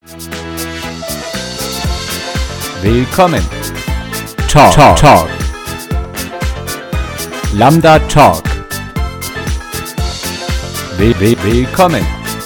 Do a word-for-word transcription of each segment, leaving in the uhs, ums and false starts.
Willkommen. Talk, Talk, Talk. Lambda Talk. Will, will, willkommen.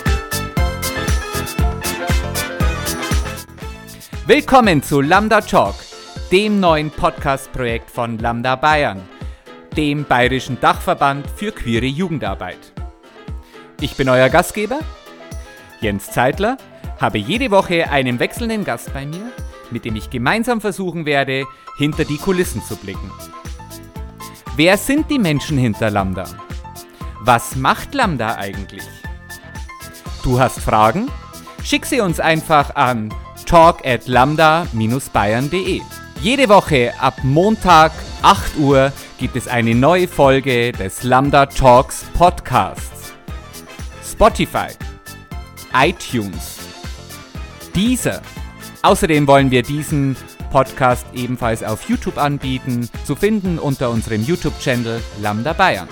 Willkommen zu Lambda Talk, dem neuen Podcast-Projekt von Lambda Bayern, dem bayerischen Dachverband für queere Jugendarbeit. Ich bin euer Gastgeber, Jens Zeitler, habe jede Woche einen wechselnden Gast bei mir, mit dem ich gemeinsam versuchen werde, hinter die Kulissen zu blicken. Wer sind die Menschen hinter Lambda? Was macht Lambda eigentlich? Du hast Fragen? Schick sie uns einfach an talk at lambda dash bayern punkt de. Jede Woche ab Montag acht Uhr gibt es eine neue Folge des Lambda Talks Podcasts. Spotify, iTunes, Deezer. Außerdem wollen wir diesen Podcast ebenfalls auf YouTube anbieten, zu finden unter unserem YouTube-Channel Lambda Bayern.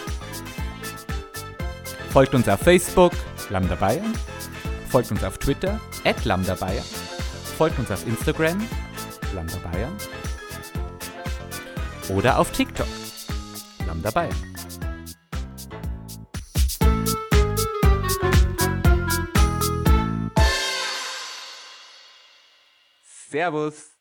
Folgt uns auf Facebook, Lambda Bayern. Folgt uns auf Twitter, at Lambda Bayern. Folgt uns auf Instagram, Lambda Bayern. Oder auf TikTok, Lambda Bayern. Servus.